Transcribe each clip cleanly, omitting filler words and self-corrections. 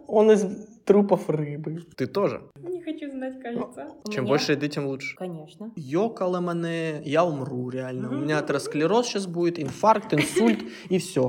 Он из трупов рыбы. Ты тоже? Не хочу знать, кажется. Чем больше еды, тем лучше. Конечно. Йокала мене, я умру реально. У меня атеросклероз сейчас будет, инфаркт, инсульт и все.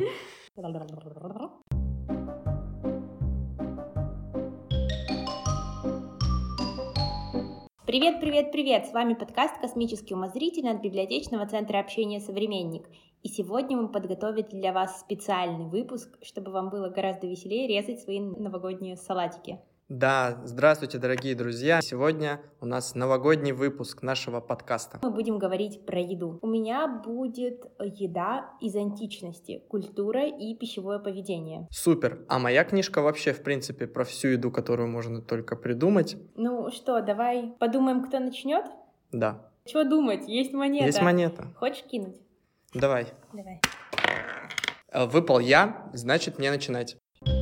Привет, привет, привет! С вами подкаст «Космический умозритель» от библиотечного центра общения «Современник». И сегодня мы подготовили для вас специальный выпуск, чтобы вам было гораздо веселее резать свои новогодние салатики. Да, здравствуйте, дорогие друзья. Сегодня у нас новогодний выпуск нашего подкаста. Мы будем говорить про еду. У меня будет еда из античности, культура и пищевое поведение. Супер. А моя книжка вообще, в принципе, про всю еду, которую можно только придумать. Ну что, давай подумаем, кто начнет? Да. Чего думать? Есть монета. Есть монета. Хочешь кинуть? Давай. Давай. Выпал я, значит, мне начинать.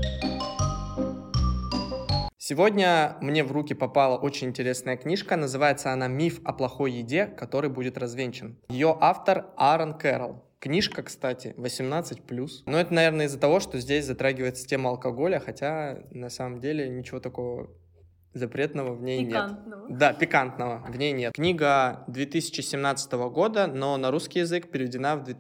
Сегодня мне в руки попала очень интересная книжка, называется она «Миф о плохой еде, который будет развенчан». Ее автор Аарон Кэрролл. Книжка, кстати, 18+. Но это, наверное, из-за того, что здесь затрагивается тема алкоголя, хотя на самом деле ничего такого запретного в ней Пикантного. нет. Да, пикантного в ней нет. Книга 2017 года, но на русский язык переведена в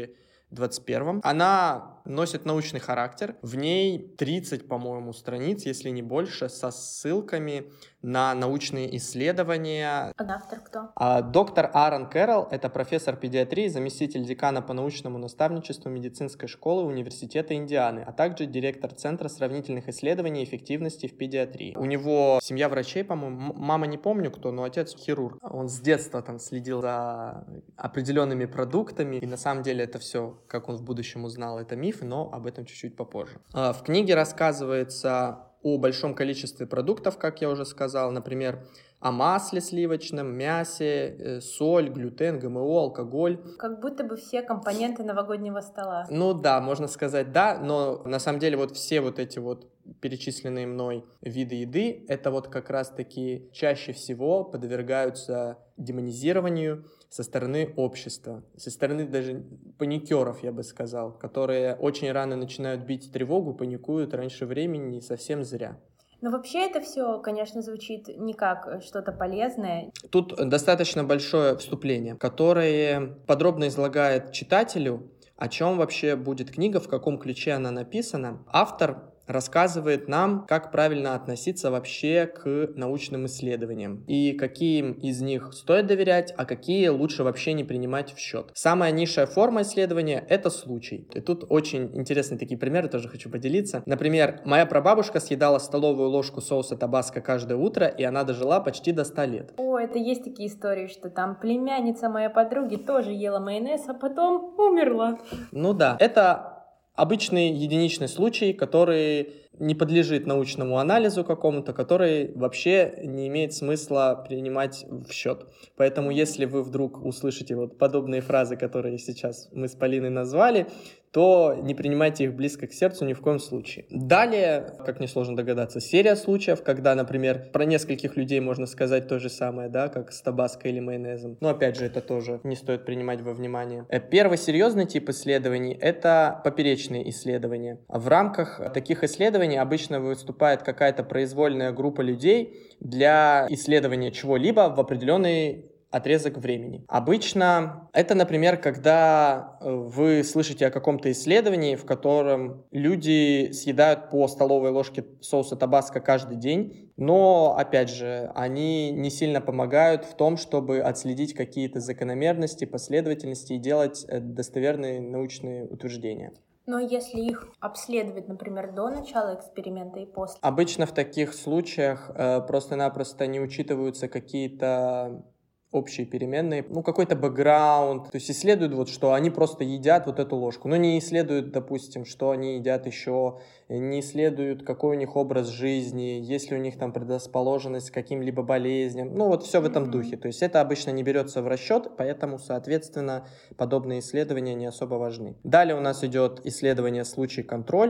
2021. Она носит научный характер. В ней 30, по-моему, страниц, если не больше, со ссылками на научные исследования. А автор кто? Доктор Аарон Кэрролл — это профессор педиатрии, заместитель декана по научному наставничеству медицинской школы Университета Индианы, а также директор Центра сравнительных исследований и эффективности в педиатрии. У него семья врачей, по-моему, мама не помню кто, но отец хирург. Он с детства там следил за определенными продуктами, и на самом деле это все, как он в будущем узнал, это миф, но об этом чуть-чуть попозже. В книге рассказывается о большом количестве продуктов, как я уже сказал, например, о масле сливочном, мясе, соль, глютен, ГМО, алкоголь. Как будто бы все компоненты новогоднего стола. Ну да, можно сказать да, но на самом деле вот все вот эти вот перечисленные мной виды еды, это вот как раз-таки чаще всего подвергаются демонизированию со стороны общества, со стороны даже паникеров, я бы сказал, которые очень рано начинают бить тревогу, паникуют раньше времени и совсем зря. Но вообще это все, конечно, звучит не как что-то полезное. Тут достаточно большое вступление, которое подробно излагает читателю, о чем вообще будет книга, в каком ключе она написана. Автор рассказывает нам, как правильно относиться вообще к научным исследованиям и каким из них стоит доверять, а какие лучше вообще не принимать в счет. Самая низшая форма исследования — это случай. И тут очень интересные такие примеры, тоже хочу поделиться. Например, моя прабабушка съедала столовую ложку соуса табаско каждое утро, и она дожила почти до 100 лет. О, это есть такие истории, что там племянница моей подруги тоже ела майонез, а потом умерла. Ну да, это обычный единичный случай, который не подлежит научному анализу какому-то, который вообще не имеет смысла принимать в счет. Поэтому если вы вдруг услышите вот подобные фразы, которые сейчас мы с Полиной назвали, то не принимайте их близко к сердцу ни в коем случае. Далее, как несложно догадаться, серия случаев, когда, например, про нескольких людей можно сказать то же самое, да, как с табаско или майонезом. Но опять же, это тоже не стоит принимать во внимание. Первый серьезный тип исследований — это поперечные исследования. В рамках таких исследований обычно выступает какая-то произвольная группа людей для исследования чего-либо в определенный отрезок времени. Обычно это, например, когда вы слышите о каком-то исследовании, в котором люди съедают по столовой ложке соуса табаско каждый день, но, опять же, они не сильно помогают в том, чтобы отследить какие-то закономерности, последовательности и делать достоверные научные утверждения. Но если их обследовать, например, до начала эксперимента и после? Обычно в таких случаях просто-напросто не учитываются какие-то общие переменные, какой-то бэкграунд, то есть исследуют вот, что они просто едят вот эту ложку, но не исследуют, допустим, что они едят еще, не исследуют, какой у них образ жизни, есть ли у них там предрасположенность к каким-либо болезням, вот все в этом духе, то есть это обычно не берется в расчет, поэтому, соответственно, подобные исследования не особо важны. Далее у нас идет исследование случай-контроль,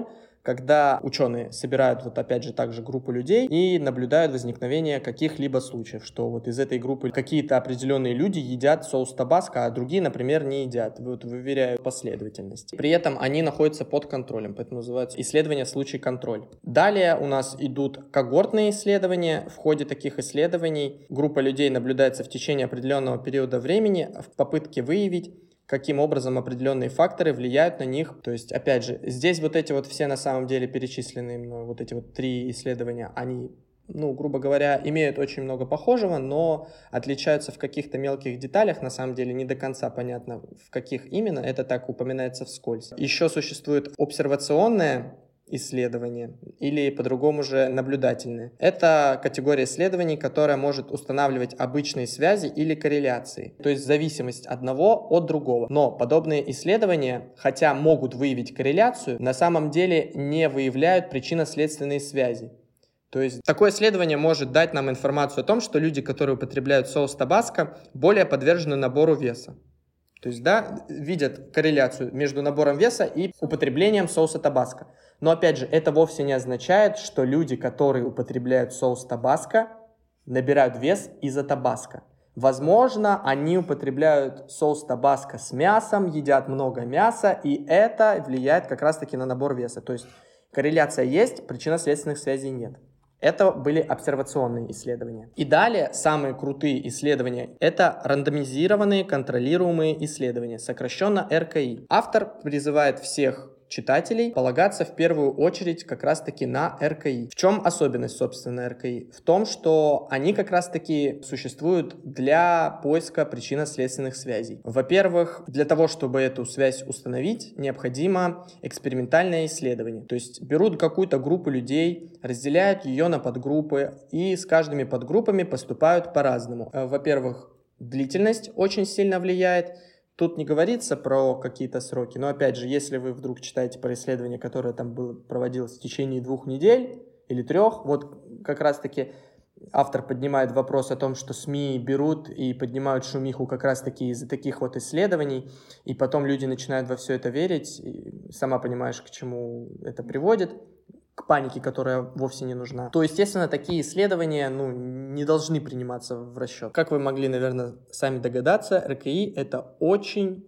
когда ученые собирают вот опять же также группу людей и наблюдают возникновение каких-либо случаев, что вот из этой группы какие-то определенные люди едят соус табаско, а другие, например, не едят. Вот выверяют последовательность. При этом они находятся под контролем, поэтому называется исследование в случае контроля. Далее у нас идут когортные исследования. В ходе таких исследований группа людей наблюдается в течение определенного периода времени в попытке выявить, каким образом определенные факторы влияют на них. То есть, опять же, здесь вот эти вот все на самом деле перечисленные мной вот эти вот 3 исследования, они, грубо говоря, имеют очень много похожего, но отличаются в каких-то мелких деталях, на самом деле не до конца понятно, в каких именно, это так упоминается вскользь. Еще существует обсервационное исследования или по-другому же наблюдательные. Это категория исследований, которая может устанавливать обычные связи или корреляции, то есть зависимость одного от другого. Но подобные исследования, хотя могут выявить корреляцию, на самом деле не выявляют причинно-следственные связи. То есть такое исследование может дать нам информацию о том, что люди, которые употребляют соус табаско, более подвержены набору веса. То есть, видят корреляцию между набором веса и употреблением соуса табаско. Но, опять же, это вовсе не означает, что люди, которые употребляют соус табаско, набирают вес из-за табаско. Возможно, они употребляют соус табаско с мясом, едят много мяса, и это влияет как раз-таки на набор веса. То есть, корреляция есть, причинно-следственных связей нет. Это были обсервационные исследования. И далее самые крутые исследования – это рандомизированные контролируемые исследования, сокращенно РКИ. Автор призывает всех читателей полагаться в первую очередь как раз-таки на РКИ. В чем особенность, собственно, РКИ? В том, что они как раз-таки существуют для поиска причинно-следственных связей. Во-первых, для того, чтобы эту связь установить, необходимо экспериментальное исследование. То есть берут какую-то группу людей, разделяют ее на подгруппы и с каждыми подгруппами поступают по-разному. Во-первых, длительность очень сильно влияет. Тут не говорится про какие-то сроки, но опять же, если вы вдруг читаете про исследование, которое там проводилось в течение 2 недель или 3, вот как раз-таки автор поднимает вопрос о том, что СМИ берут и поднимают шумиху как раз-таки из-за таких вот исследований, и потом люди начинают во все это верить, и сама понимаешь, к чему это приводит, к панике, которая вовсе не нужна. То, естественно, такие исследования, не должны приниматься в расчет. Как вы могли, наверное, сами догадаться, РКИ — это очень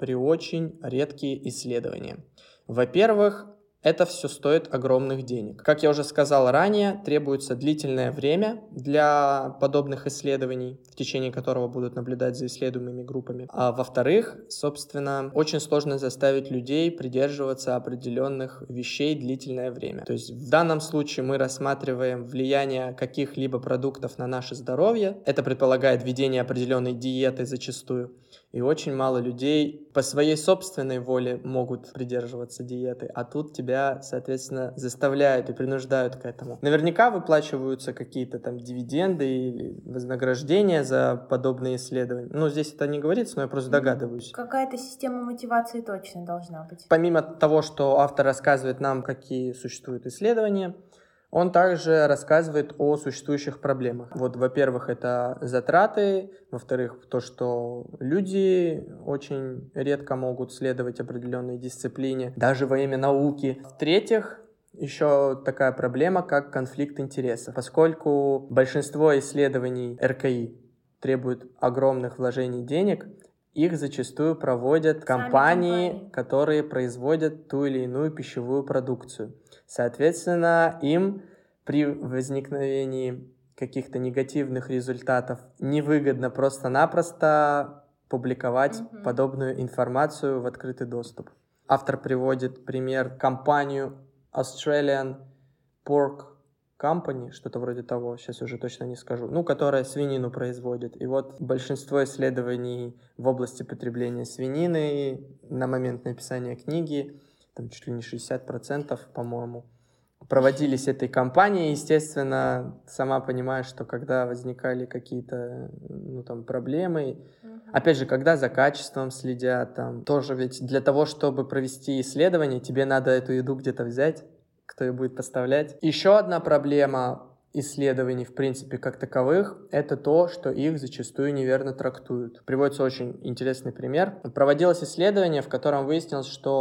редкие исследования. Во-первых, это все стоит огромных денег. Как я уже сказал ранее, требуется длительное время для подобных исследований, в течение которого будут наблюдать за исследуемыми группами. А во-вторых, собственно, очень сложно заставить людей придерживаться определенных вещей длительное время. То есть в данном случае мы рассматриваем влияние каких-либо продуктов на наше здоровье. Это предполагает введение определенной диеты зачастую. И очень мало людей по своей собственной воле могут придерживаться диеты, а тут тебя, соответственно, заставляют и принуждают к этому. Наверняка выплачиваются какие-то там дивиденды или вознаграждения за подобные исследования. Здесь это не говорится, но я просто догадываюсь. Какая-то система мотивации точно должна быть. Помимо того, что автор рассказывает нам, какие существуют исследования, он также рассказывает о существующих проблемах. Во-первых, это затраты, во-вторых, то, что люди очень редко могут следовать определенной дисциплине, даже во имя науки. В-третьих, еще такая проблема, как конфликт интересов. Поскольку большинство исследований РКИ требует огромных вложений денег, их зачастую проводят компании, которые производят ту или иную пищевую продукцию. Соответственно, им при возникновении каких-то негативных результатов невыгодно просто-напросто публиковать подобную информацию в открытый доступ. Автор приводит пример компанию Australian Pork Company, что-то вроде того, сейчас уже точно не скажу, которая свинину производит. И вот большинство исследований в области потребления свинины на момент написания книги, там чуть ли не 60%, по-моему, проводились этой компанией. Естественно, сама понимаешь, что когда возникали какие-то проблемы, опять же, когда за качеством следят, тоже ведь для того, чтобы провести исследование, тебе надо эту еду где-то взять, кто ее будет поставлять. Еще одна проблема исследований, в принципе, как таковых, это то, что их зачастую неверно трактуют. Приводится очень интересный пример. Проводилось исследование, в котором выяснилось, что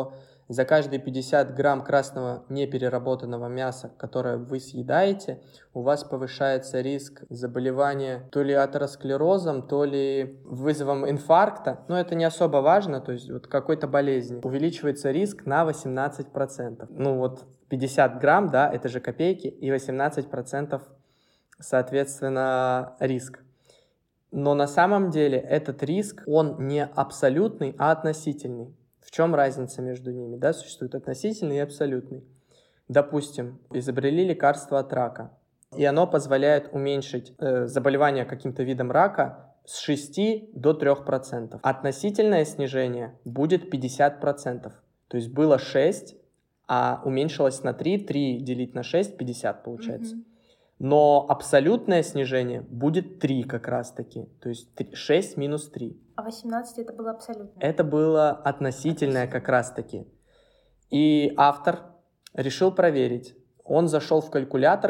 за каждые 50 грамм красного непереработанного мяса, которое вы съедаете, у вас повышается риск заболевания то ли атеросклерозом, то ли вызовом инфаркта. Но это не особо важно, то есть вот какой-то болезни. Увеличивается риск на 18%. Ну вот 50 грамм, да, это же копейки, и 18% соответственно риск. Но на самом деле этот риск, он не абсолютный, а относительный. В чем разница между ними? Да, существует относительный и абсолютный. Допустим, изобрели лекарство от рака, и оно позволяет уменьшить заболевание каким-то видом рака с 6 до 3%. Относительное снижение будет 50%. То есть было 6, а уменьшилось на 3, 3 делить на 6, 50 получается. Но абсолютное снижение будет 3 как раз-таки. То есть 6 минус 3. А 18 это было абсолютное? Это было относительное как раз-таки. И автор решил проверить. Он зашел в калькулятор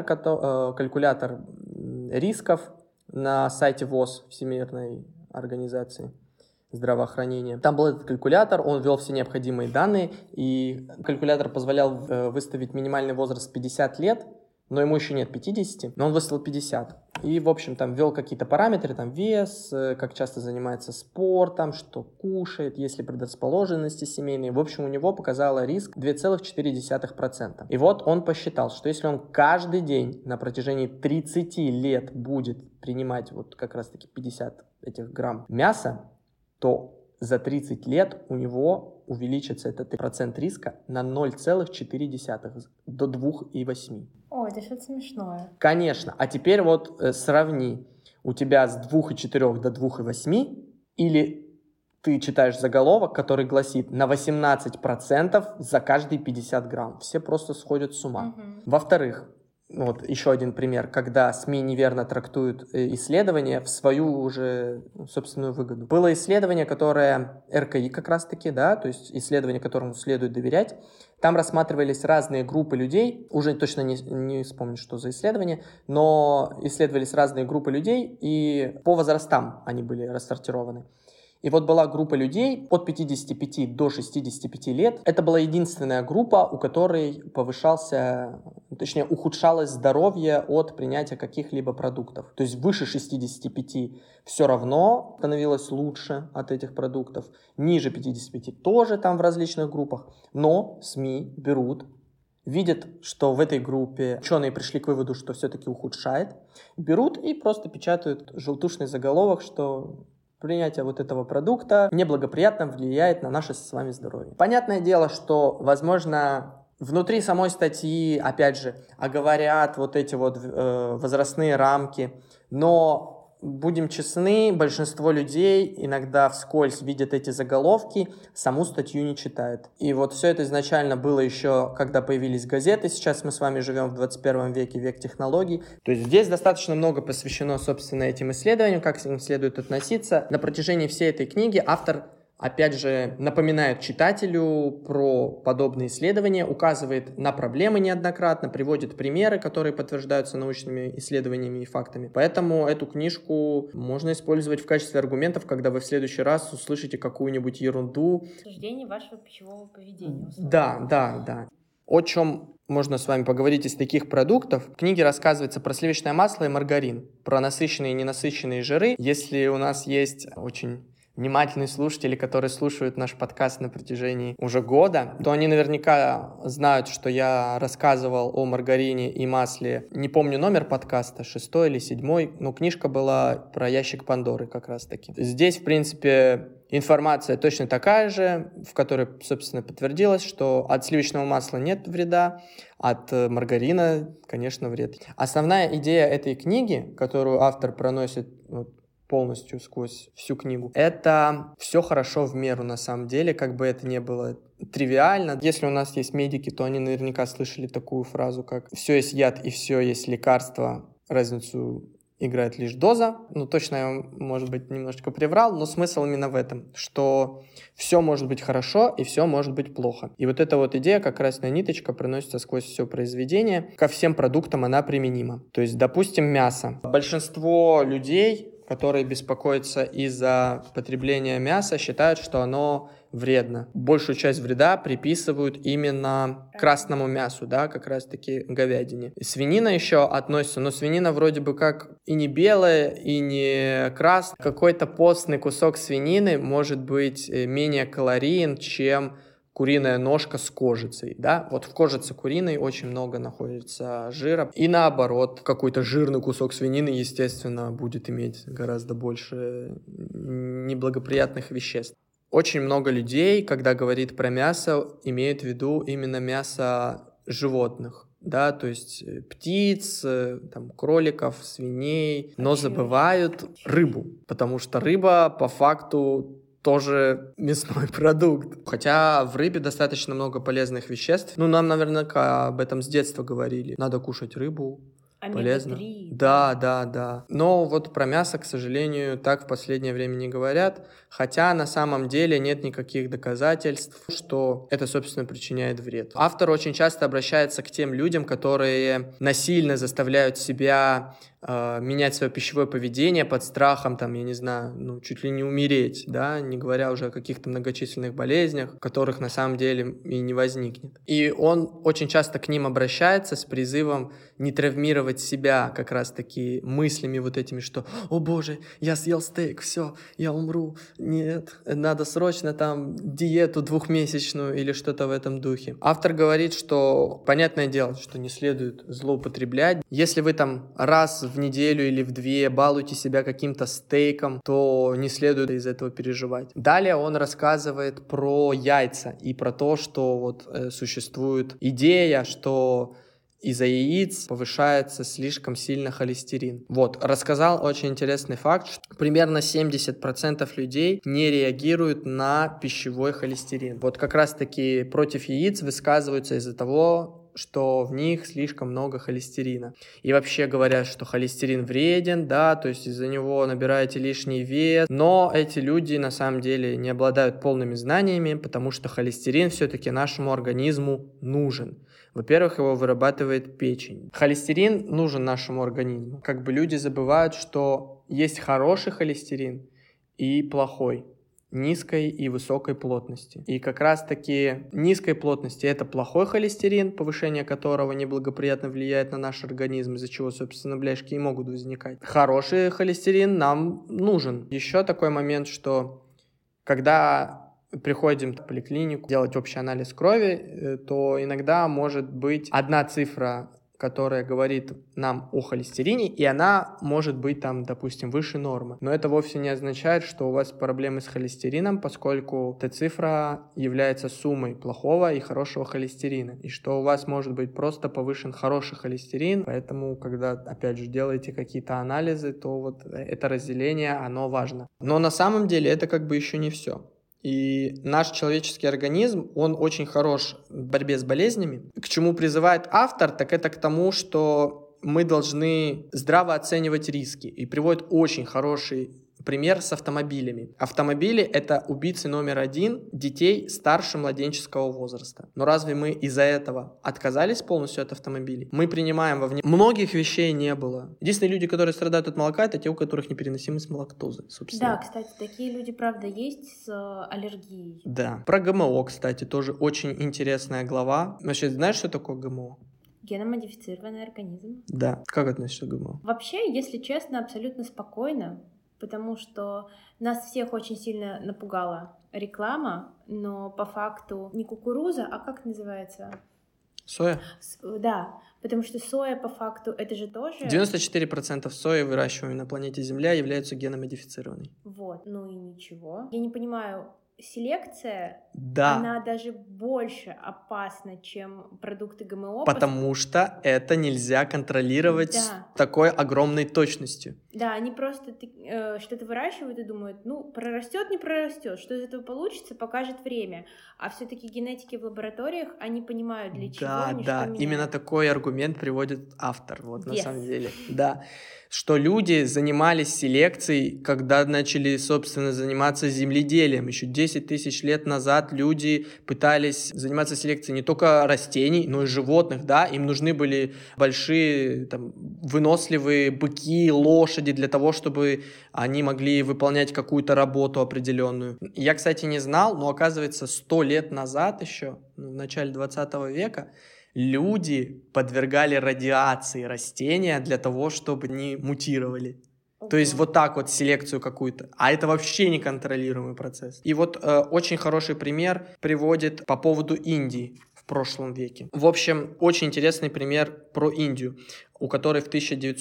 рисков на сайте ВОЗ, Всемирной организации здравоохранения. Там был этот калькулятор, он ввел все необходимые данные, и калькулятор позволял выставить минимальный возраст 50 лет, но ему еще нет 50, но он выставил 50. И, в общем, там ввел какие-то параметры, там вес, как часто занимается спортом, что кушает, есть ли предрасположенности семейные. В общем, у него показало риск 2,4%. И вот он посчитал, что если он каждый день на протяжении 30 лет будет принимать вот как раз-таки 50 этих грамм мяса, то за 30 лет у него увеличится этот процент риска на 0,4 до 2,8. Ой, это что-то смешное. Конечно. А теперь вот сравни. У тебя с 2,4 до 2,8 или ты читаешь заголовок, который гласит на 18% за каждые 50 грамм. Все просто сходят с ума. Во-вторых, вот еще один пример, когда СМИ неверно трактуют исследования в свою уже собственную выгоду. Было исследование, которое РКИ как раз-таки, да, то есть исследование, которому следует доверять. Там рассматривались разные группы людей, уже точно не вспомню, что за исследование, но исследовались разные группы людей, и по возрастам они были рассортированы. И вот была группа людей от 55 до 65 лет. Это была единственная группа, у которой ухудшалось здоровье от принятия каких-либо продуктов. То есть выше 65 все равно становилось лучше от этих продуктов. Ниже 55 тоже там в различных группах. Но СМИ видят, что в этой группе ученые пришли к выводу, что все-таки ухудшает. Берут и просто печатают желтушный заголовок, что принятие вот этого продукта неблагоприятно влияет на наше с вами здоровье. Понятное дело, что, возможно, внутри самой статьи, опять же, оговорят вот эти вот возрастные рамки, но будем честны, большинство людей иногда вскользь видят эти заголовки, саму статью не читают. И вот все это изначально было еще, когда появились газеты. Сейчас мы с вами живем в 21 веке, век технологий. То есть здесь достаточно много посвящено, собственно, этим исследованиям, как к ним следует относиться. На протяжении всей этой книги автор, опять же, напоминает читателю про подобные исследования, указывает на проблемы неоднократно, приводит примеры, которые подтверждаются научными исследованиями и фактами. Поэтому эту книжку можно использовать в качестве аргументов, когда вы в следующий раз услышите какую-нибудь ерунду. Обсуждение вашего пищевого поведения. Да. О чем можно с вами поговорить из таких продуктов? В книге рассказывается про сливочное масло и маргарин, про насыщенные и ненасыщенные жиры. Если у нас есть очень внимательные слушатели, которые слушают наш подкаст на протяжении уже года, то они наверняка знают, что я рассказывал о маргарине и масле. Не помню номер подкаста, 6 или 7, но книжка была про ящик Пандоры как раз-таки. Здесь, в принципе, информация точно такая же, в которой, собственно, подтвердилось, что от сливочного масла нет вреда, от маргарина, конечно, вред. Основная идея этой книги, которую автор проносит полностью сквозь всю книгу, это все хорошо в меру на самом деле, как бы это ни было тривиально. Если у нас есть медики, то они наверняка слышали такую фразу, как «все есть яд и все есть лекарство, разницу играет лишь доза». Ну, точно я, может быть, немножечко приврал, но смысл именно в этом, что все может быть хорошо и все может быть плохо. И вот эта вот идея, как красная ниточка, проносится сквозь все произведение. Ко всем продуктам она применима. То есть, допустим, мясо. Большинство людей, которые беспокоятся из-за потребления мяса, считают, что оно вредно. Большую часть вреда приписывают именно красному мясу, да, как раз-таки говядине. Свинина еще относится, но свинина вроде бы как и не белая, и не красная. Какой-то постный кусок свинины может быть менее калорийен, чем куриная ножка с кожицей, да, вот в кожице куриной очень много находится жира, и наоборот, какой-то жирный кусок свинины, естественно, будет иметь гораздо больше неблагоприятных веществ. Очень много людей, когда говорит про мясо, имеют в виду именно мясо животных, да, то есть птиц, там, кроликов, свиней, но забывают рыбу, потому что рыба по факту тоже мясной продукт. Хотя в рыбе достаточно много полезных веществ. Ну, нам наверняка об этом с детства говорили. Надо кушать рыбу. Полезно. Да. Но вот про мясо, к сожалению, так в последнее время не говорят. Хотя на самом деле нет никаких доказательств, что это, собственно, причиняет вред. Автор очень часто обращается к тем людям, которые насильно заставляют себя менять свое пищевое поведение под страхом, там, я не знаю, ну, чуть ли не умереть, да, не говоря уже о каких-то многочисленных болезнях, которых на самом деле и не возникнет. И он очень часто к ним обращается с призывом не травмировать себя как раз-таки мыслями вот этими, что «О боже, я съел стейк, все, я умру, нет, надо срочно там диету 2-месячную» или что-то в этом духе. Автор говорит, что понятное дело, что не следует злоупотреблять. Если вы там раз в неделю или в 2 балуете себя каким-то стейком, то не следует из этого переживать. Далее он рассказывает про яйца и про то, что вот существует идея, что из-за яиц повышается слишком сильно холестерин. Вот, рассказал очень интересный факт, что примерно 70% людей не реагируют на пищевой холестерин. Вот как раз-таки против яиц высказываются из-за того, что в них слишком много холестерина. И вообще говорят, что холестерин вреден, да, то есть из-за него набираете лишний вес, но эти люди на самом деле не обладают полными знаниями, потому что холестерин все-таки нашему организму нужен. Во-первых, его вырабатывает печень. Холестерин нужен нашему организму. Как бы люди забывают, что есть хороший холестерин и плохой, низкой и высокой плотности. И как раз-таки низкой плотности это плохой холестерин, повышение которого неблагоприятно влияет на наш организм, из-за чего, собственно, бляшки и могут возникать. Хороший холестерин нам нужен. Еще такой момент, что когда приходим в поликлинику делать общий анализ крови, то иногда может быть одна цифра, которая говорит нам о холестерине, и она может быть там, допустим, выше нормы. Но это вовсе не означает, что у вас проблемы с холестерином, поскольку эта цифра является суммой плохого и хорошего холестерина, и что у вас может быть просто повышен хороший холестерин, поэтому, когда, опять же, делаете какие-то анализы, то вот это разделение, оно важно. Но на самом деле это как бы еще не все. И наш человеческий организм, он очень хорош в борьбе с болезнями. К чему призывает автор, так это к тому, что мы должны здраво оценивать риски. И приводит очень хороший пример с автомобилями. Автомобили — это убийцы номер 1 детей старше младенческого возраста. Но разве мы из-за этого отказались полностью от автомобилей? Мы принимаем вовне... Многих вещей не было. Единственные люди, которые страдают от молока, это те, у которых непереносимость лактозы, собственно. Да, кстати, такие люди, правда, есть с аллергией. Да. Про ГМО, кстати, тоже очень интересная глава. Вообще, знаешь, что такое ГМО? Геномодифицированный организм. Да. Как относишься к ГМО? Вообще, если честно, абсолютно спокойно, потому что нас всех очень сильно напугала реклама, но по факту не кукуруза, а как называется? Соя? Да, потому что соя по факту это же тоже... 94% сои, выращиваемой на планете Земля, являются геномодифицированной. Вот, ну и ничего. Я не понимаю, селекция, да. Она даже больше опасна, чем продукты ГМО. Потому что это нельзя контролировать с такой огромной точностью. Да, они просто что-то выращивают и думают, ну, прорастет, не прорастет, что из этого получится, покажет время. А все-таки генетики в лабораториях, они понимают, для чего они что меняют. Именно такой аргумент приводит автор, вот на самом деле. Да. Что люди занимались селекцией, когда начали, собственно, заниматься земледелием. Еще 10 тысяч лет назад люди пытались заниматься селекцией не только растений, но и животных, да, им нужны были большие, там, выносливые быки, лошади, лошади для того, чтобы они могли выполнять какую-то работу определенную. Я, кстати, не знал, но оказывается 100 лет назад еще, в начале 20 века, люди подвергали радиации растения для того, чтобы они мутировали. То есть вот так вот селекцию какую-то. А это вообще неконтролируемый процесс. И вот очень хороший пример приводит по поводу Индии в прошлом веке. В общем, очень интересный пример про Индию, у которой в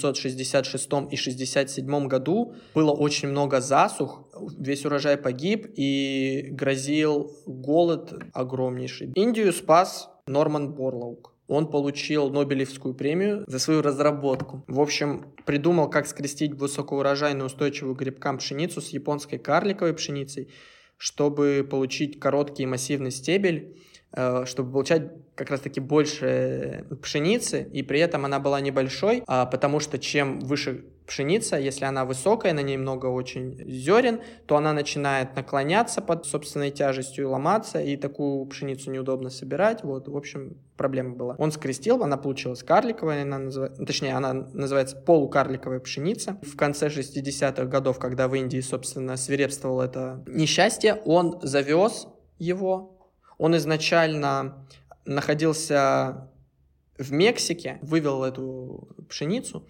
1966 и 1967 году было очень много засух, весь урожай погиб и грозил голод огромнейший. Индию спас Норман Борлоуг. Он получил Нобелевскую премию за свою разработку. В общем, придумал, как скрестить высокоурожайную устойчивую к грибкам пшеницу с японской карликовой пшеницей, чтобы получить короткий и массивный стебель, чтобы получать как раз-таки больше пшеницы, и при этом она была небольшой, потому что чем выше пшеница, если она высокая, на ней много очень зерен, то она начинает наклоняться под собственной тяжестью и ломаться, и такую пшеницу неудобно собирать. Вот, в общем, проблема была. Он скрестил, она получилась карликовая, она называется полукарликовая пшеница. В конце 60-х годов, когда в Индии, собственно, свирепствовало это несчастье, он завез его. Он изначально находился в Мексике, вывел эту пшеницу,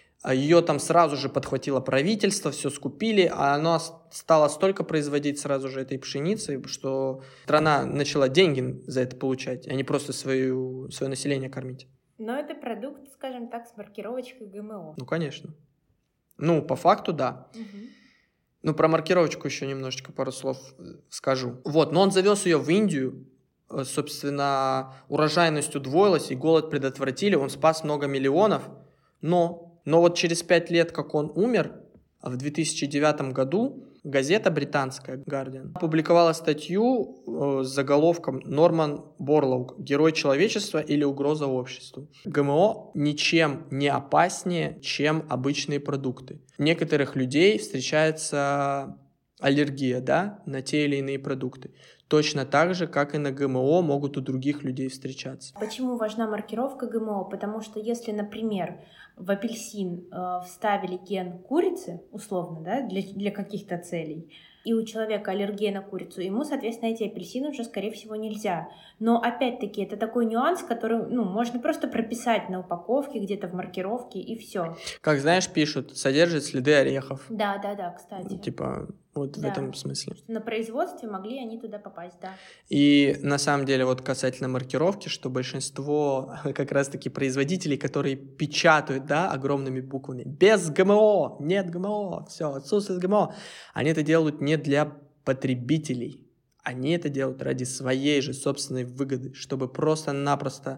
ее там сразу же подхватило правительство, все скупили, а оно стало столько производить сразу же этой пшеницы, что страна начала деньги за это получать, а не просто свое население кормить. Но это продукт, скажем так, с маркировочкой ГМО. Ну, конечно. Ну, по факту, да. Угу. Ну, про маркировочку еще немножечко пару слов скажу. Вот, но он завез ее в Индию, собственно, урожайность удвоилась, и голод предотвратили, он спас много миллионов, но вот через 5 лет, как он умер, в 2009 году газета британская Guardian опубликовала статью с заголовком «Норман Борлоуг. Герой человечества или угроза обществу». ГМО ничем не опаснее, чем обычные продукты. У некоторых людей встречается аллергия, да, на те или иные продукты. Точно так же, как и на ГМО, могут у других людей встречаться. Почему важна маркировка ГМО? Потому что если, например, в апельсин вставили ген курицы, условно, да, для каких-то целей, и у человека аллергия на курицу, ему, соответственно, эти апельсины уже, скорее всего, нельзя. Но, опять-таки, это такой нюанс, который, можно просто прописать на упаковке, где-то в маркировке, и все. Как, знаешь, пишут, содержит следы орехов. Да, кстати. Типа, вот в этом смысле. На производстве могли они туда попасть, да. И, на самом деле, вот касательно маркировки, что большинство как раз-таки производителей, которые печатают, да, огромными буквами, без ГМО, нет ГМО, все, отсутствует ГМО, они это делают не для потребителей, они это делают ради своей же собственной выгоды, чтобы просто-напросто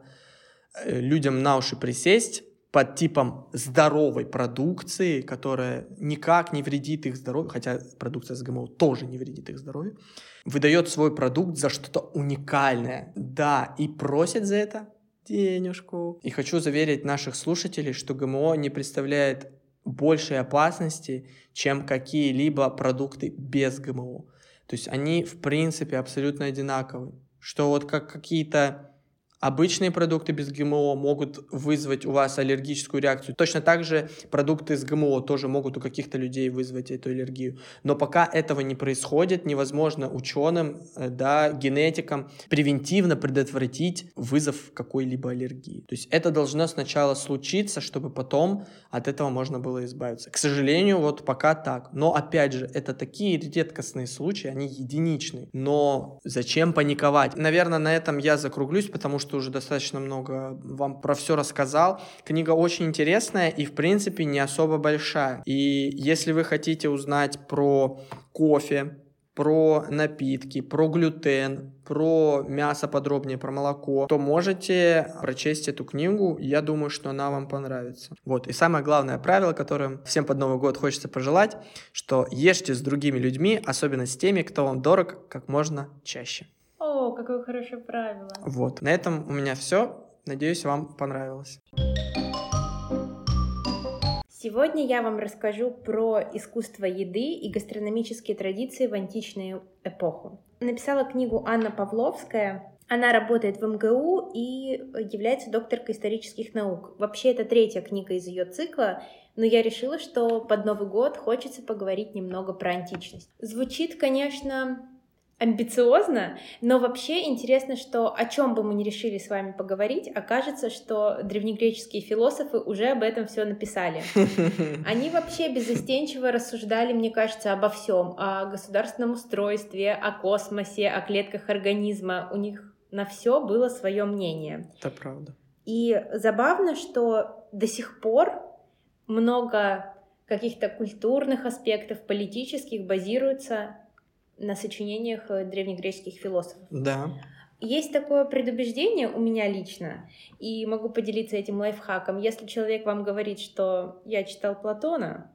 людям на уши присесть под типом здоровой продукции, которая никак не вредит их здоровью, хотя продукция с ГМО тоже не вредит их здоровью, выдает свой продукт за что-то уникальное, да, и просит за это денежку. И хочу заверить наших слушателей, что ГМО не представляет большей опасности, чем какие-либо продукты без ГМО. То есть они, в принципе, абсолютно одинаковы. Что вот как какие-то обычные продукты без ГМО могут вызвать у вас аллергическую реакцию. Точно так же продукты с ГМО тоже могут у каких-то людей вызвать эту аллергию. Но пока этого не происходит, невозможно ученым, да, генетикам превентивно предотвратить вызов какой-либо аллергии. То есть это должно сначала случиться, чтобы потом от этого можно было избавиться. К сожалению, вот пока так. Но опять же, это такие редкостные случаи, они единичные. Но зачем паниковать? Наверное, на этом я закруглюсь, потому что уже достаточно много вам про все рассказал. Книга очень интересная и, в принципе, не особо большая. И если вы хотите узнать про кофе, про напитки, про глютен, про мясо подробнее, про молоко, то можете прочесть эту книгу. Я думаю, что она вам понравится. Вот. И самое главное правило, которое всем под Новый год хочется пожелать, что ешьте с другими людьми, особенно с теми, кто вам дорог, как можно чаще. О, какое хорошее правило. Вот, на этом у меня все. Надеюсь, вам понравилось. Сегодня я вам расскажу про искусство еды и гастрономические традиции в античную эпоху. Написала книгу Анна Павловская. Она работает в МГУ и является докторкой исторических наук. Вообще, это 3-я книга из ее цикла, но я решила, что под Новый год хочется поговорить немного про античность. Звучит, конечно, амбициозно, но вообще интересно, что о чем бы мы ни решили с вами поговорить, окажется, что древнегреческие философы уже об этом все написали. Они вообще беззастенчиво рассуждали, мне кажется, обо всем: о государственном устройстве, о космосе, о клетках организма. У них на все было свое мнение. Это правда. И забавно, что до сих пор много каких-то культурных аспектов, политических, базируется на сочинениях древнегреческих философов. Да. Есть такое предубеждение у меня лично, и могу поделиться этим лайфхаком. Если человек вам говорит, что я читал Платона,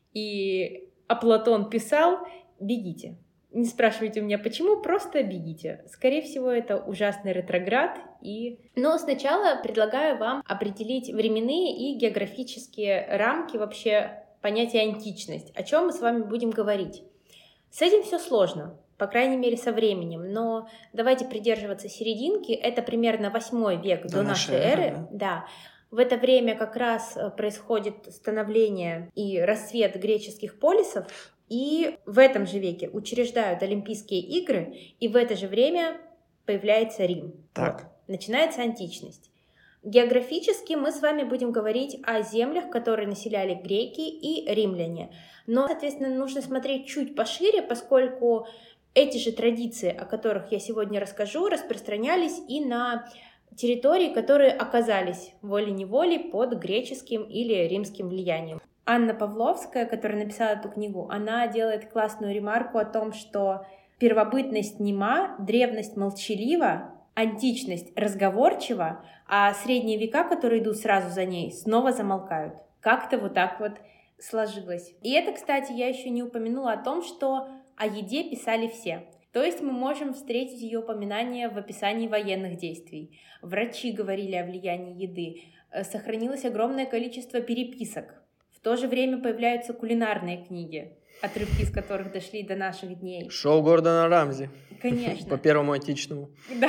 а Платон писал, бегите. Не спрашивайте у меня почему, просто бегите. Скорее всего, это ужасный ретроград. Но сначала предлагаю вам определить временные и географические рамки вообще понятия античность. О чем мы с вами будем говорить? С этим все сложно, по крайней мере, со временем, но давайте придерживаться серединки. Это примерно 8 век до нашей эры. Да. В это время как раз происходит становление и расцвет греческих полисов, и в этом же веке учреждают Олимпийские игры, и в это же время появляется Рим. Так. Вот. Начинается античность. Географически мы с вами будем говорить о землях, которые населяли греки и римляне. Но, соответственно, нужно смотреть чуть пошире, поскольку эти же традиции, о которых я сегодня расскажу, распространялись и на территории, которые оказались волей-неволей под греческим или римским влиянием. Анна Павловская, которая написала эту книгу, она делает классную ремарку о том, что первобытность нема, древность молчалива, античность разговорчива, а средние века, которые идут сразу за ней, снова замолкают. Как-то вот так вот сложилось. И это, кстати, я еще не упомянула о том, что о еде писали все. То есть мы можем встретить ее упоминание в описании военных действий. Врачи говорили о влиянии еды. Сохранилось огромное количество переписок. В то же время появляются кулинарные книги, отрывки из которых дошли до наших дней. Шоу Гордона Рамзи. Конечно. По Первому античному. Да.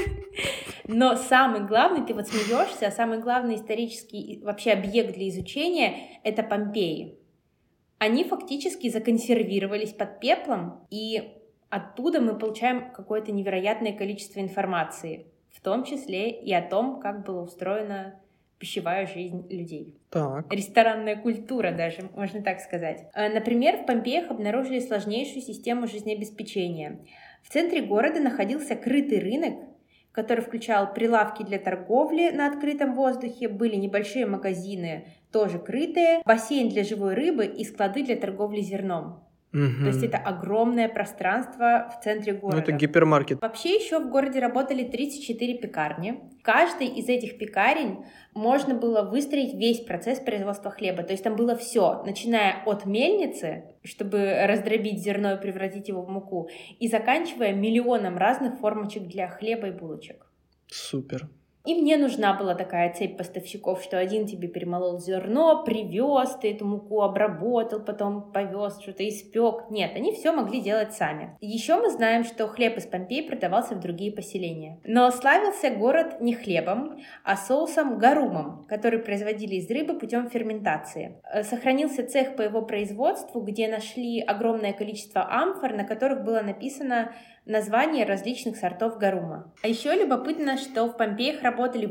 Но самый главный, ты вот смеешься, а самый главный исторический вообще объект для изучения — это Помпеи. Они фактически законсервировались под пеплом, и оттуда мы получаем какое-то невероятное количество информации, в том числе и о том, как была устроена пищевая жизнь людей. Так. Ресторанная культура даже, можно так сказать. Например, в Помпеях обнаружили сложнейшую систему жизнеобеспечения. В центре города находился крытый рынок, который включал прилавки для торговли на открытом воздухе, были небольшие магазины, тоже крытые, бассейн для живой рыбы и склады для торговли зерном. То есть это огромное пространство в центре города. Ну, это гипермаркет. Вообще еще в городе работали 34 пекарни. В каждой из этих пекарен можно было выстроить весь процесс производства хлеба. То есть там было все, начиная от мельницы, чтобы раздробить зерно и превратить его в муку, и заканчивая миллионом разных формочек для хлеба и булочек. Супер. И мне нужна была такая цепь поставщиков, что один тебе перемолол зерно, привез, ты эту муку обработал, потом повез, что-то испек. Нет, они все могли делать сами. Еще мы знаем, что хлеб из Помпей продавался в другие поселения. Но славился город не хлебом, а соусом гарумом, который производили из рыбы путем ферментации. Сохранился цех по его производству, где нашли огромное количество амфор, на которых было написано название различных сортов гарума. А еще любопытно, что в Помпеях работали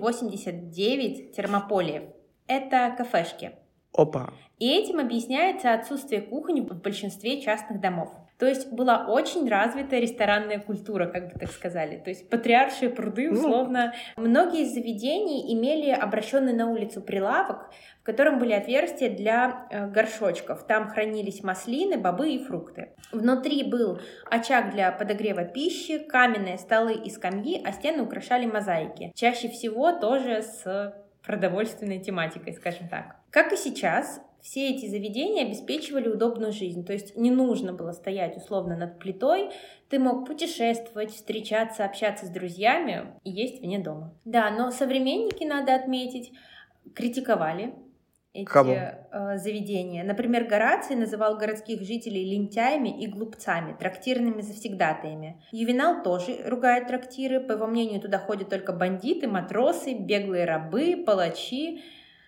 89 термополиев. Это кафешки. Опа. И этим объясняется отсутствие кухонь в большинстве частных домов. То есть была очень развитая ресторанная культура, как бы так сказали. То есть патриаршие пруды, условно. Многие из заведений имели обращенный на улицу прилавок, в котором были отверстия для горшочков. Там хранились маслины, бобы и фрукты. Внутри был очаг для подогрева пищи, каменные столы и скамьи, а стены украшали мозаики. Чаще всего тоже с продовольственной тематикой, скажем так. Как и сейчас, все эти заведения обеспечивали удобную жизнь, то есть не нужно было стоять условно над плитой, ты мог путешествовать, встречаться, общаться с друзьями и есть вне дома. Да, но современники, надо отметить, критиковали заведения. Например, Гораций называл городских жителей лентяями и глупцами, трактирными завсегдатаями. Ювенал тоже ругает трактиры. По его мнению, туда ходят только бандиты, матросы, беглые рабы, палачи,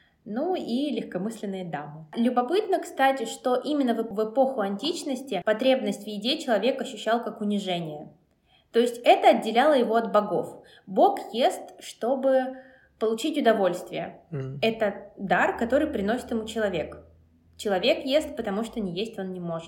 ну и легкомысленные дамы. Любопытно, кстати, что именно в эпоху античности потребность в еде человек ощущал как унижение. То есть это отделяло его от богов. Бог ест, чтобы получить удовольствие. Это дар, который приносит ему человек. Человек ест, потому что не есть он не может.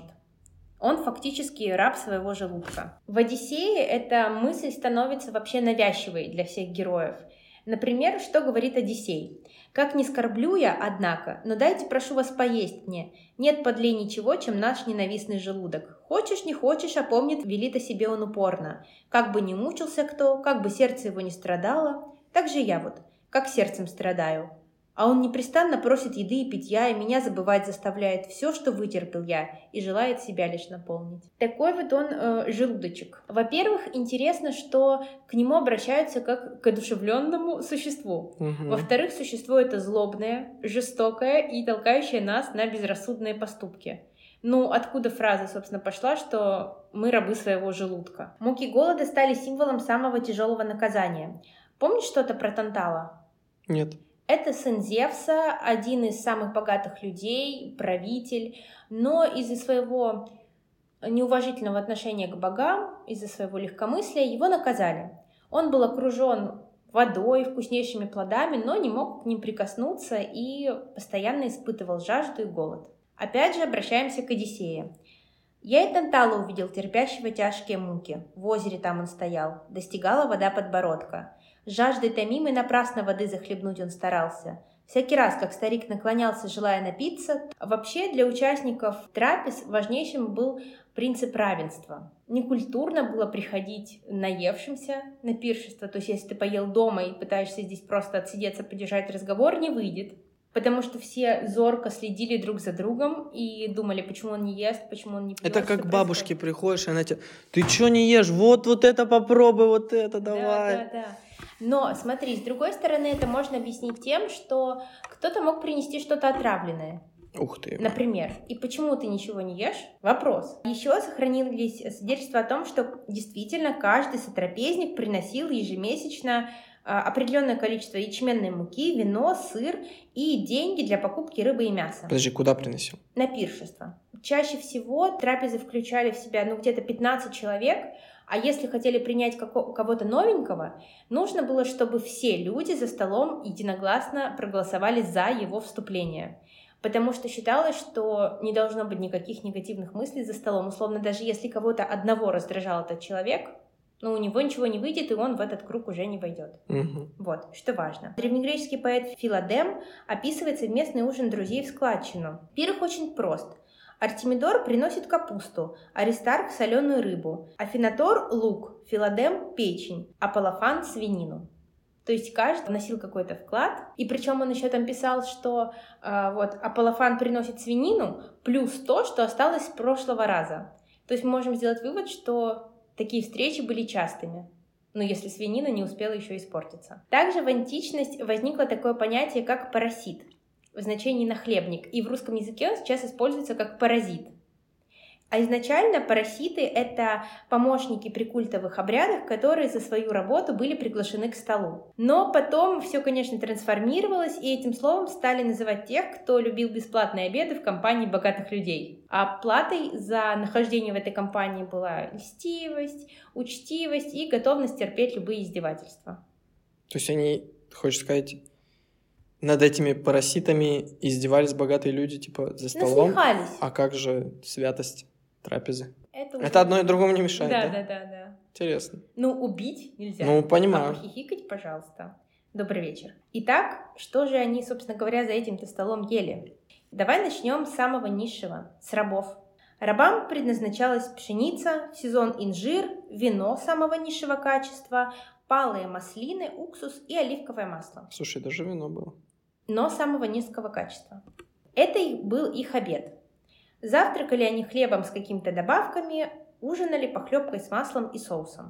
Он фактически раб своего желудка. В «Одиссее» эта мысль становится вообще навязчивой для всех героев. Например, что говорит Одиссей? «Как не скорблю я, однако, но дайте, прошу вас, поесть мне. Нет подлей ничего, чем наш ненавистный желудок. Хочешь, не хочешь, а помнит, велит о себе он упорно. Как бы ни мучился кто, как бы сердце его не страдало, так же я вот, как сердцем страдаю. А он непрестанно просит еды и питья, и меня забывать заставляет все, что вытерпел я, и желает себя лишь наполнить». Такой вот он желудочек. Во-первых, интересно, что к нему обращаются как к одушевленному существу. Во-вторых, существо это злобное, жестокое и толкающее нас на безрассудные поступки. Ну, откуда фраза, собственно, пошла, что мы рабы своего желудка? Муки голода стали символом самого тяжелого наказания. Помнишь что-то про Тантала? Нет. Это сын Зевса, один из самых богатых людей, правитель, но из-за своего неуважительного отношения к богам, из-за своего легкомыслия его наказали. Он был окружен водой, вкуснейшими плодами, но не мог к ним прикоснуться и постоянно испытывал жажду и голод. Опять же обращаемся к Одиссее. «Я и Тантала увидел, терпящего тяжкие муки. В озере там он стоял, достигала вода подбородка. Жаждой томимой напрасно воды захлебнуть он старался. Всякий раз, как старик наклонялся, желая напиться, вообще для участников трапез важнейшим был принцип равенства. Некультурно было приходить наевшимся на пиршество, то есть если ты поел дома и пытаешься здесь просто отсидеться, поддержать разговор, не выйдет. Потому что все зорко следили друг за другом и думали, почему он не ест, почему он не пьет. Это как к бабушке приходишь, и она тебе: ты что не ешь? Вот это попробуй, вот это давай. Да. Но смотри, с другой стороны, это можно объяснить тем, что кто-то мог принести что-то отравленное. Ух ты. Например. И почему ты ничего не ешь? Вопрос. Еще сохранились свидетельства о том, что действительно каждый сотрапезник приносил ежемесячно определенное количество ячменной муки, вино, сыр и деньги для покупки рыбы и мяса. Подожди, куда приносил? На пиршество. Чаще всего трапезы включали в себя где-то 15 человек, а если хотели принять кого-то новенького, нужно было, чтобы все люди за столом единогласно проголосовали за его вступление. Потому что считалось, что не должно быть никаких негативных мыслей за столом. Условно, даже если кого-то одного раздражал этот человек, но у него ничего не выйдет, и он в этот круг уже не войдет. Вот, что важно. Древнегреческий поэт Филадем описывает совместный ужин друзей в складчину. Пир их очень прост. Артемидор приносит капусту, Аристарх — соленую рыбу, Афинатор — лук, Филадем — печень, а Палофан — свинину. То есть каждый вносил какой-то вклад, и причем он еще там писал, что Аполлофан приносит свинину плюс то, что осталось с прошлого раза. То есть мы можем сделать вывод, что такие встречи были частыми, но если свинина не успела еще испортиться. Также в античность возникло такое понятие, как парасит, в значении нахлебник, и в русском языке он сейчас используется как паразит. А изначально параситы — это помощники при культовых обрядах, которые за свою работу были приглашены к столу. Но потом все, конечно, трансформировалось, и этим словом стали называть тех, кто любил бесплатные обеды в компании богатых людей. А платой за нахождение в этой компании была льстивость, учтивость и готовность терпеть любые издевательства. То есть они, хочешь сказать, над этими параситами издевались богатые люди, типа, за столом? Насмехались. А как же святость трапезы? Это одно и другому не мешает, да? Да. Интересно. Убить нельзя. Понимаю. А похихикать, пожалуйста. Добрый вечер. Итак, что же они, собственно говоря, за этим-то столом ели? Давай начнем с самого низшего, с рабов. Рабам предназначалась пшеница, в сезон инжир, вино самого низшего качества, палые маслины, уксус и оливковое масло. Слушай, даже вино было. Но самого низкого качества. Это был их обед. Завтракали они хлебом с какими-то добавками, ужинали похлебкой с маслом и соусом.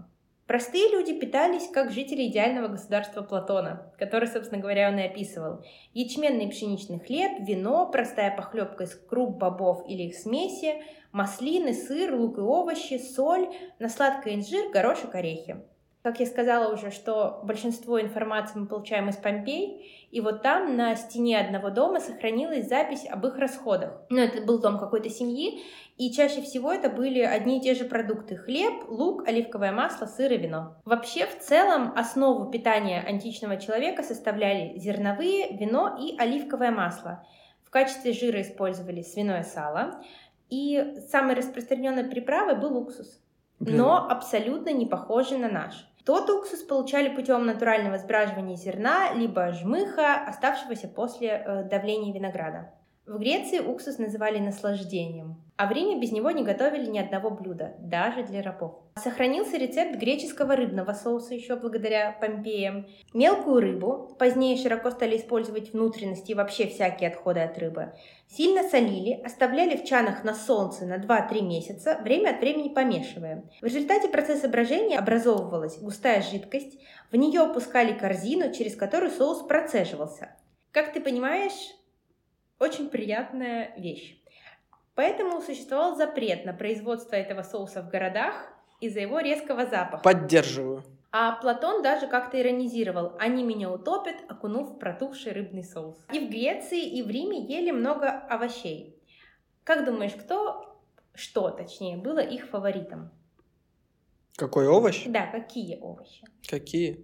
Простые люди питались, как жители идеального государства Платона, который, собственно говоря, он и описывал. Ячменный и пшеничный хлеб, вино, простая похлебка из круп, бобов или их смеси, маслины, сыр, лук и овощи, соль, на сладкое инжир, горошек, орехи. Как я сказала уже, что большинство информации мы получаем из Помпей, и вот там на стене одного дома сохранилась запись об их расходах. Это был дом какой-то семьи, и чаще всего это были одни и те же продукты: хлеб, лук, оливковое масло, сыр и вино. Вообще, в целом, основу питания античного человека составляли зерновые, вино и оливковое масло. В качестве жира использовали свиное сало, и самой распространенной приправой был уксус, но абсолютно не похожий на наш. Тот уксус получали путем натурального сбраживания зерна, либо жмыха, оставшегося после давления винограда. В Греции уксус называли наслаждением, а в Риме без него не готовили ни одного блюда, даже для рабов. Сохранился рецепт греческого рыбного соуса еще благодаря Помпеям. Мелкую рыбу, позднее широко стали использовать внутренности и вообще всякие отходы от рыбы, сильно солили, оставляли в чанах на солнце на 2-3 месяца, время от времени помешивая. В результате процесса брожения образовывалась густая жидкость, в нее опускали корзину, через которую соус процеживался. Как ты понимаешь, очень приятная вещь. Поэтому существовал запрет на производство этого соуса в городах из-за его резкого запаха. Поддерживаю. А Платон даже как-то иронизировал: «Они меня утопят, окунув в протухший рыбный соус». И в Греции, и в Риме ели много овощей. Как думаешь, что было их фаворитом? Какой овощ? Да, какие овощи? Какие?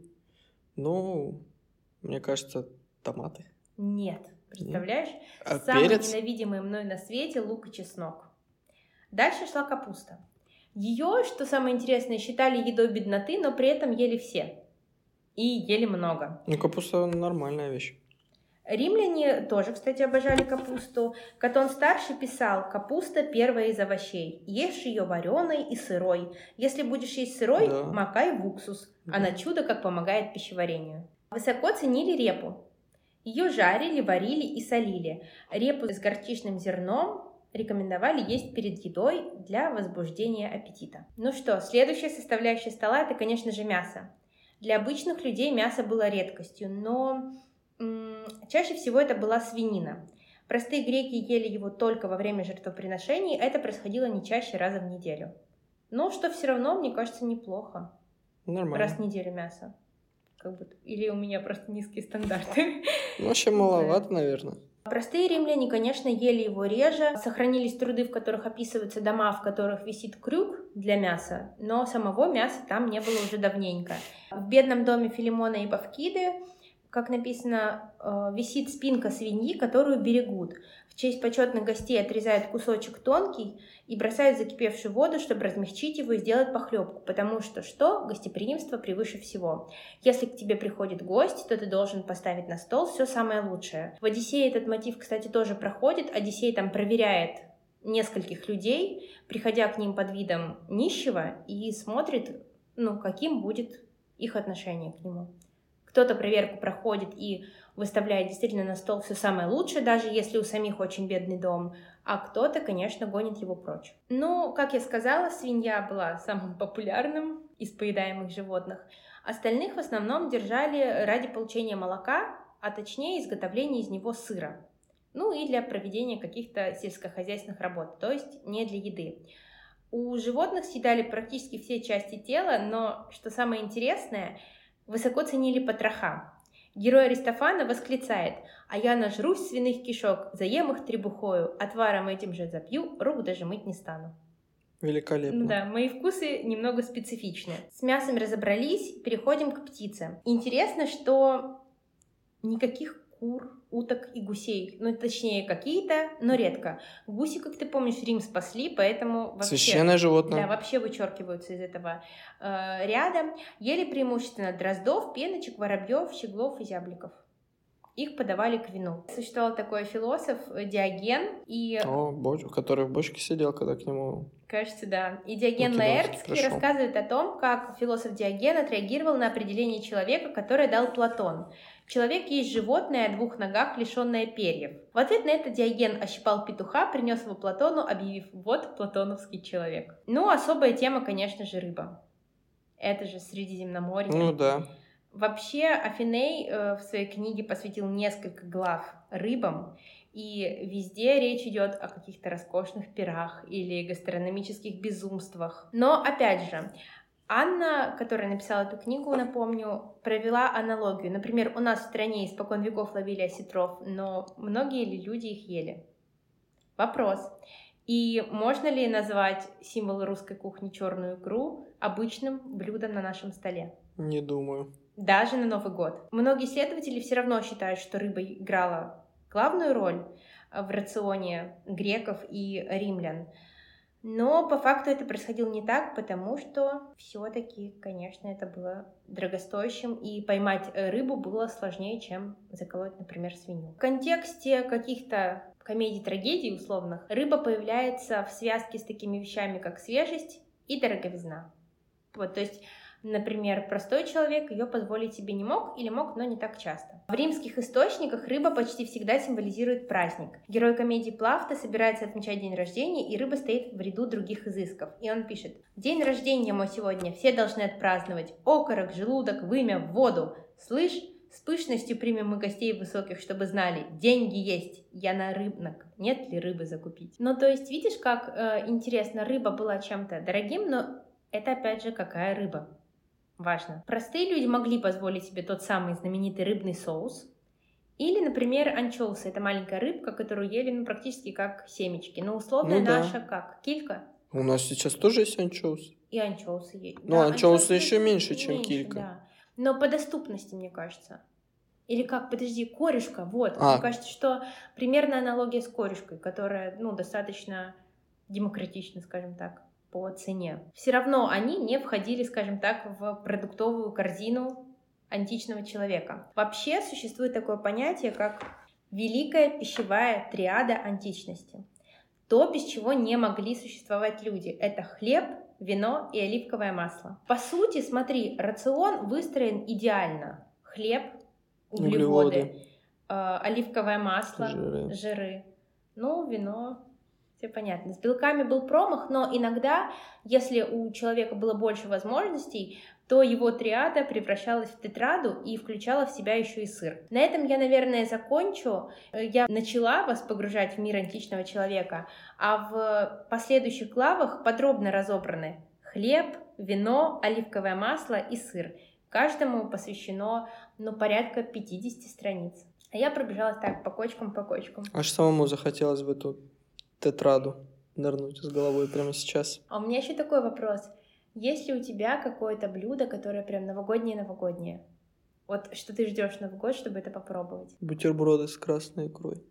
Мне кажется, томаты. Нет. Представляешь? А самый перец? ненавидимый мной на свете лук и чеснок. Дальше шла капуста. Ее, что самое интересное, считали едой бедноты, но при этом ели все. И ели много. Капуста нормальная вещь. Римляне тоже, кстати, обожали капусту. Катон Старший писал: «Капуста первая из овощей. Ешь ее вареной и сырой. Если будешь есть сырой, Да. макай в уксус. Она чудо как помогает пищеварению». Высоко ценили репу. Ее жарили, варили и солили. Репу с горчичным зерном рекомендовали есть перед едой для возбуждения аппетита. Ну что, следующая составляющая стола — это, конечно же, мясо. Для обычных людей мясо было редкостью, но чаще всего это была свинина. Простые греки ели его только во время жертвоприношений, это происходило не чаще раза в неделю. Но что все равно, мне кажется, неплохо. Нормально. Раз в неделю мясо. Или у меня просто низкие стандарты. Вообще маловато, наверное. Простые римляне, конечно, ели его реже. Сохранились труды, в которых описываются дома, в которых висит крюк для мяса, но самого мяса там не было уже давненько. В бедном доме Филимона и Павкиды, как написано, висит спинка свиньи, которую берегут. В честь почетных гостей отрезают кусочек тонкий и бросают в закипевшую воду, чтобы размягчить его и сделать похлебку, потому что гостеприимство превыше всего. Если к тебе приходит гость, то ты должен поставить на стол все самое лучшее. В «Одиссее» этот мотив, кстати, тоже проходит. Одиссей там проверяет нескольких людей, приходя к ним под видом нищего, и смотрит, каким будет их отношение к нему. Кто-то проверку проходит и выставляет действительно на стол все самое лучшее, даже если у самих очень бедный дом, а кто-то, конечно, гонит его прочь. Как я сказала, свинья была самым популярным из поедаемых животных. Остальных в основном держали ради получения молока, а точнее изготовления из него сыра. И для проведения каких-то сельскохозяйственных работ, то есть не для еды. У животных съедали практически все части тела, но, что самое интересное, высоко ценили потроха. Герой Аристофана восклицает: «А я нажрусь свиных кишок, заем их требухою, отваром этим же запью, рук даже мыть не стану». Великолепно. Да, мои вкусы немного специфичны. С мясом разобрались, переходим к птице. Интересно, что никаких кур, уток и гусей, точнее какие-то, но редко. Гуси, как ты помнишь, Рим спасли, поэтому вообще... Священное животное. Да, вообще вычеркиваются из этого ряда. Ели преимущественно дроздов, пеночек, воробьев, щеглов и зябликов. Их подавали к вину. Существовал такой философ Диоген, который в бочке сидел, когда к нему... Кажется, да. И Диоген Лаэртский рассказывает о том, как философ Диоген отреагировал на определение человека, которое дал Платон. Человек есть животное о двух ногах, лишенное перьев. В ответ на это Диоген ощипал петуха, принес его Платону, объявив: «Вот платоновский человек». Особая тема, конечно же, рыба. Это же Средиземноморье. Ну да. Вообще, Афиней в своей книге посвятил несколько глав рыбам, и везде речь идет о каких-то роскошных пирах или гастрономических безумствах. Но, опять же, Анна, которая написала эту книгу, напомню, провела аналогию. Например, у нас в стране испокон веков ловили осетров, но многие ли люди их ели? Вопрос. И можно ли назвать символ русской кухни черную икру обычным блюдом на нашем столе? Не думаю. Даже на Новый год. Многие исследователи все равно считают, что рыба играла главную роль в рационе греков и римлян. Но по факту это происходило не так, потому что все-таки, конечно, это было дорогостоящим, и поймать рыбу было сложнее, чем заколоть, например, свинью. В контексте каких-то комедий-трагедий условных рыба появляется в связке с такими вещами, как свежесть и дороговизна. Вот, то есть, например, простой человек ее позволить себе не мог или мог, но не так часто. В римских источниках рыба почти всегда символизирует праздник. Герой комедии Плафта собирается отмечать день рождения, и рыба стоит в ряду других изысков. И он пишет: «День рождения мой сегодня, все должны отпраздновать. Окорок, желудок, вымя, в воду. Слышь, с пышностью примем мы гостей высоких, чтобы знали, деньги есть, я на рынок, нет ли рыбы закупить». Ну, то есть, видишь, как интересно, рыба была чем-то дорогим, но это, опять же, какая рыба? Важно. Простые люди могли позволить себе тот самый знаменитый рыбный соус. Или, например, анчоусы. Это маленькая рыбка, которую ели практически как семечки. Но условная наша как? Килька? У нас сейчас тоже есть анчоус. И анчоусы есть. Но да, анчоусы еще меньше, чем килька. Да. Но по доступности, мне кажется. Или как, подожди, корешка, вот. Мне кажется, что примерно аналогия с корешкой, которая, достаточно демократична, скажем так, по цене. Все равно они не входили, скажем так, в продуктовую корзину античного человека. Вообще существует такое понятие, как великая пищевая триада античности. То, без чего не могли существовать люди. Это хлеб, вино и оливковое масло. По сути, смотри, рацион выстроен идеально. Хлеб, углеводы. Оливковое масло, жиры. Вино... Все понятно. С белками был промах, но иногда, если у человека было больше возможностей, то его триада превращалась в тетраду и включала в себя еще и сыр. На этом я, наверное, закончу. Я начала вас погружать в мир античного человека, а в последующих главах подробно разобраны хлеб, вино, оливковое масло и сыр. Каждому посвящено, порядка 50 страниц. А я пробежалась так по кочкам. Аж самому захотелось в эту тетраду нырнуть с головой прямо сейчас. А у меня еще такой вопрос. Есть ли у тебя какое-то блюдо, которое прям новогоднее? Вот что ты ждешь Новый год, чтобы это попробовать? Бутерброды с красной икрой.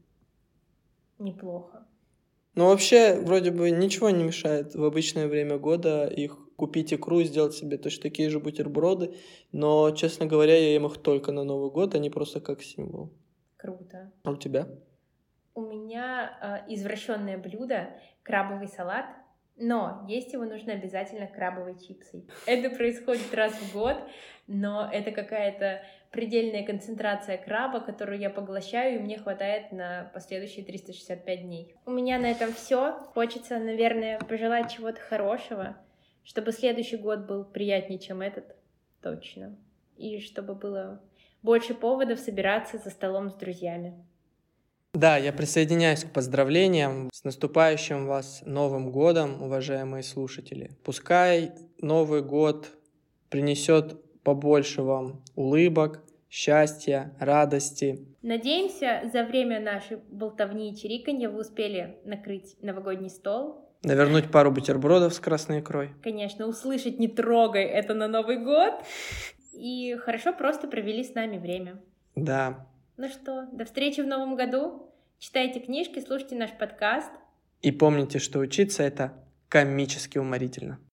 Неплохо. Вообще, вроде бы ничего не мешает в обычное время года их купить икру и сделать себе точно такие же бутерброды, но, честно говоря, я ем их только на Новый год, они просто как символ. Круто. А у тебя? У меня извращенное блюдо — крабовый салат, но есть его нужно обязательно крабовой чипсой. Это происходит раз в год, но это какая-то предельная концентрация краба, которую я поглощаю, и мне хватает на последующие 365 дней. У меня на этом все. Хочется, наверное, пожелать чего-то хорошего, чтобы следующий год был приятнее, чем этот, точно. И чтобы было больше поводов собираться за столом с друзьями. Да, я присоединяюсь к поздравлениям. С наступающим вас Новым годом, уважаемые слушатели. Пускай Новый год принесет побольше вам улыбок, счастья, радости. Надеемся, за время нашей болтовни и чириканья вы успели накрыть новогодний стол. Навернуть пару бутербродов с красной икрой. Конечно, услышать «не трогай» — это на Новый год. И хорошо просто провели с нами время. Да. Ну что, до встречи в Новом году. Читайте книжки, слушайте наш подкаст. И помните, что учиться — это комически уморительно.